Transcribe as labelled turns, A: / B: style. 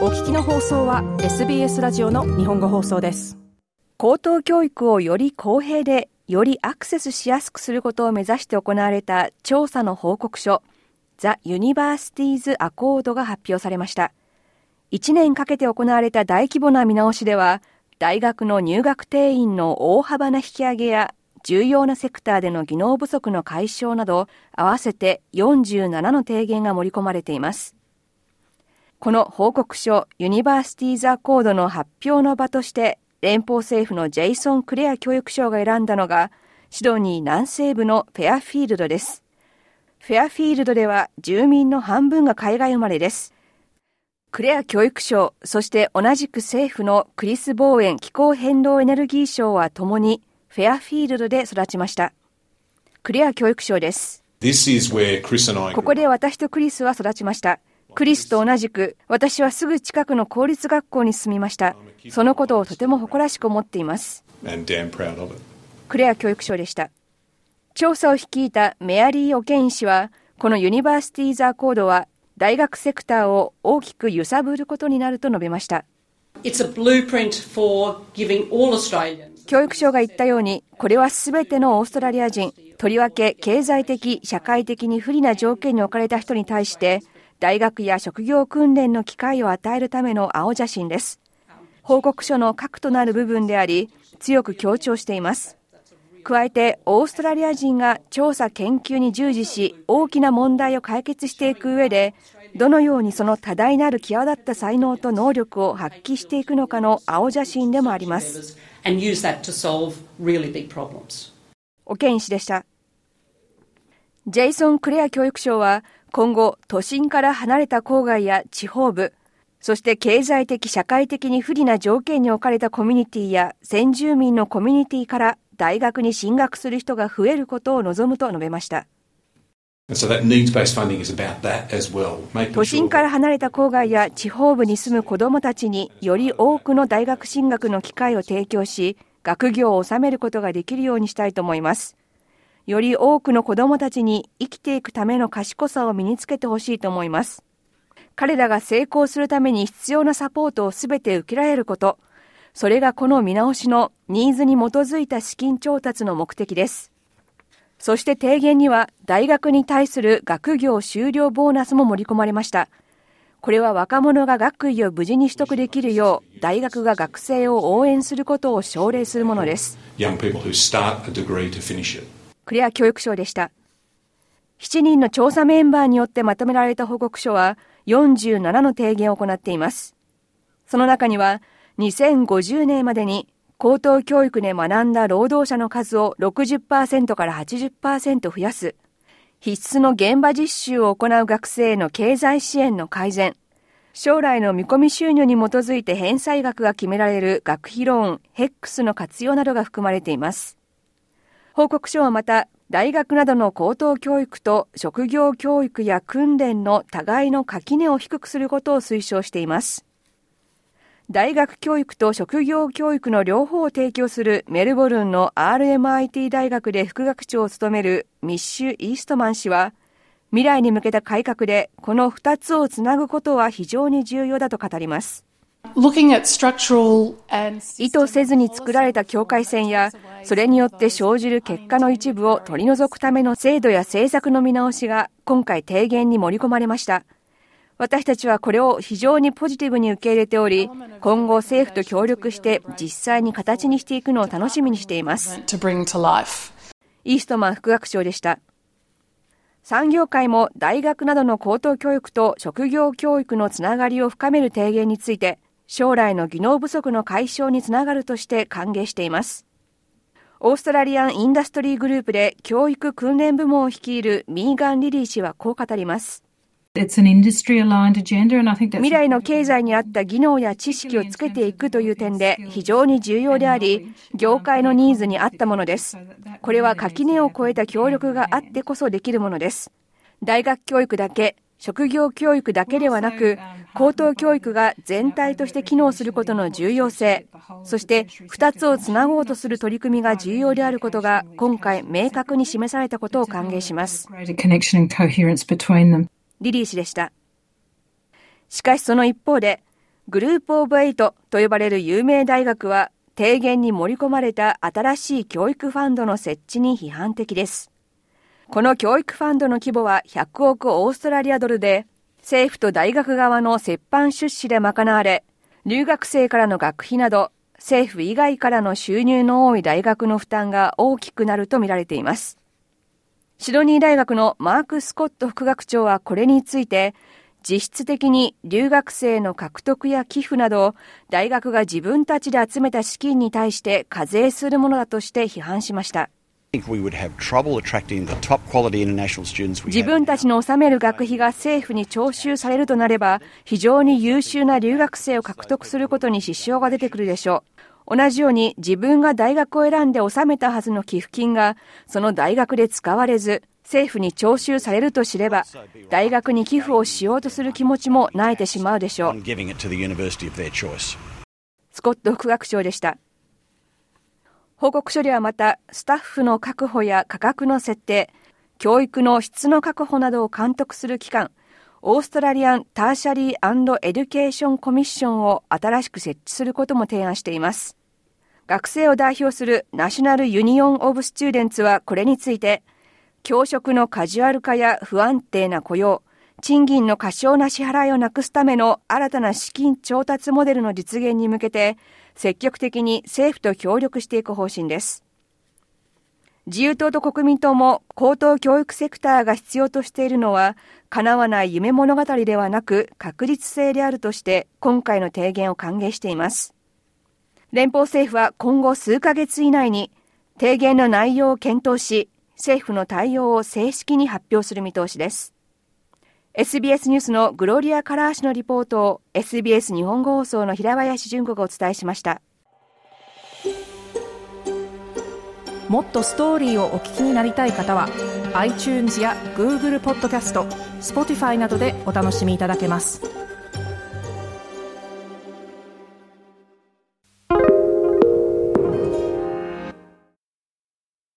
A: お聞きの放送は SBS ラジオの日本語放送です。高等教育をより公平でよりアクセスしやすくすることを目指して行われた調査の報告書 The Universities Accord が発表されました。1年かけて行われた大規模な見直しでは、大学の入学定員の大幅な引き上げや重要なセクターでの技能不足の解消など合わせて47の提言が盛り込まれています。この報告書ユニバーシティーズアコードの発表の場として連邦政府のジェイソン・クレア教育相が選んだのがシドニー南西部のフェアフィールドです。フェアフィールドでは住民の半分が海外生まれです。クレア教育相、そして同じく政府のクリス・ボーエン気候変動エネルギー相はともにフェアフィールドで育ちました。クレア教育相です。ここで私とクリスは育ちました。クリスと同じく、私はすぐ近くの公立学校に住みました。そのことをとても誇らしく思っています。クレア教育相でした。調査を率いたメアリー・オケイン氏は、このユニバーシティーズ・アコードは、大学セクターを大きく揺さぶることになると述べました。教育省が言ったように、これはすべてのオーストラリア人、とりわけ経済的、社会的に不利な条件に置かれた人に対して、大学や職業訓練の機会を与えるための青写真です。報告書の核となる部分であり、強く強調しています。加えて、オーストラリア人が調査研究に従事し、大きな問題を解決していく上で、どのようにその多大なる際立った才能と能力を発揮していくのかの青写真でもあります。オケイン氏でした。ジェイソン・クレア教育相は、今後、都心から離れた郊外や地方部、そして経済的・社会的に不利な条件に置かれたコミュニティや先住民のコミュニティから大学に進学する人が増えることを望むと述べました。都心から離れた郊外や地方部に住む子どもたちにより多くの大学進学の機会を提供し、学業を収めることができるようにしたいと思います。より多くの子どもたちに生きていくための賢さを身につけてほしいと思います。彼らが成功するために必要なサポートをすべて受けられること、それがこの見直しのニーズに基づいた資金調達の目的です。そして提言には大学に対する学業修了ボーナスも盛り込まれました。これは若者が学位を無事に取得できるよう大学が学生を応援することを奨励するものです。クレア教育相でした。7人の調査メンバーによってまとめられた報告書は47の提言を行っています。その中には2050年までに高等教育で学んだ労働者の数を 60% から 80% 増やす、必須の現場実習を行う学生への経済支援の改善、将来の見込み収入に基づいて返済額が決められる学費ローン、HECS の活用などが含まれています。報告書はまた、大学などの高等教育と職業教育や訓練の互いの垣根を低くすることを推奨しています。大学教育と職業教育の両方を提供するメルボルンの RMIT 大学で副学長を務めるミッシュ・イーストマン氏は、未来に向けた改革でこの2つをつなぐことは非常に重要だと語ります。意図せずに作られた境界線や、それによって生じる結果の一部を取り除くための制度や政策の見直しが今回提言に盛り込まれました。私たちはこれを非常にポジティブに受け入れており、今後政府と協力して実際に形にしていくのを楽しみにしています。イーストマン副学長でした。産業界も大学などの高等教育と職業教育のつながりを深める提言について、将来の技能不足の解消につながるとして歓迎しています。オーストラリアン・インダストリーグループで教育訓練部門を率いるミーガン・リリー氏はこう語ります。未来の経済に合った技能や知識をつけていくという点で非常に重要であり、業界のニーズに合ったものです。これは垣根を越えた協力があってこそできるものです。大学教育だけ、職業教育だけではなく、高等教育が全体として機能することの重要性、そして2つをつなごうとする取り組みが重要であることが今回明確に示されたことを歓迎します。リリー氏でした。しかしその一方で、 グループオブエイトと呼ばれる有名大学は提言に盛り込まれた新しい教育ファンドの設置に批判的です。この教育ファンドの規模は100億オーストラリアドルで、政府と大学側の折半出資で賄われ、留学生からの学費など政府以外からの収入の多い大学の負担が大きくなるとみられています。シドニー大学のマーク・スコット副学長はこれについて、実質的に留学生の獲得や寄付など大学が自分たちで集めた資金に対して課税するものだとして批判しました。自分たちの納める学費が政府に徴収されるとなれば、非常に優秀な留学生を獲得することに支障が出てくるでしょう。同じように自分が大学を選んで納めたはずの寄付金がその大学で使われず、政府に徴収されると知れば、大学に寄付をしようとする気持ちも萎えてしまうでしょう。スコット副学長でした。報告書ではまた、スタッフの確保や価格の設定、教育の質の確保などを監督する機関、オーストラリアン・ターシャリー&エデュケーション・コミッションを新しく設置することも提案しています。学生を代表するナショナル・ユニオン・オブ・スチューデンツはこれについて、教職のカジュアル化や不安定な雇用、賃金の過少な支払いをなくすための新たな資金調達モデルの実現に向けて、積極的に政府と協力していく方針です。自由党と国民党も高等教育セクターが必要としているのは、叶わない夢物語ではなく確実性であるとして、今回の提言を歓迎しています。連邦政府は今後数ヶ月以内に提言の内容を検討し、政府の対応を正式に発表する見通しです。SBS ニュースのグロリア・カラー氏のリポートを SBS 日本語放送の平林純子がお伝えしました。
B: もっとストーリーをお聞きになりたい方は iTunes や Google ポッドキャスト、Spotify などでお楽しみいただけます。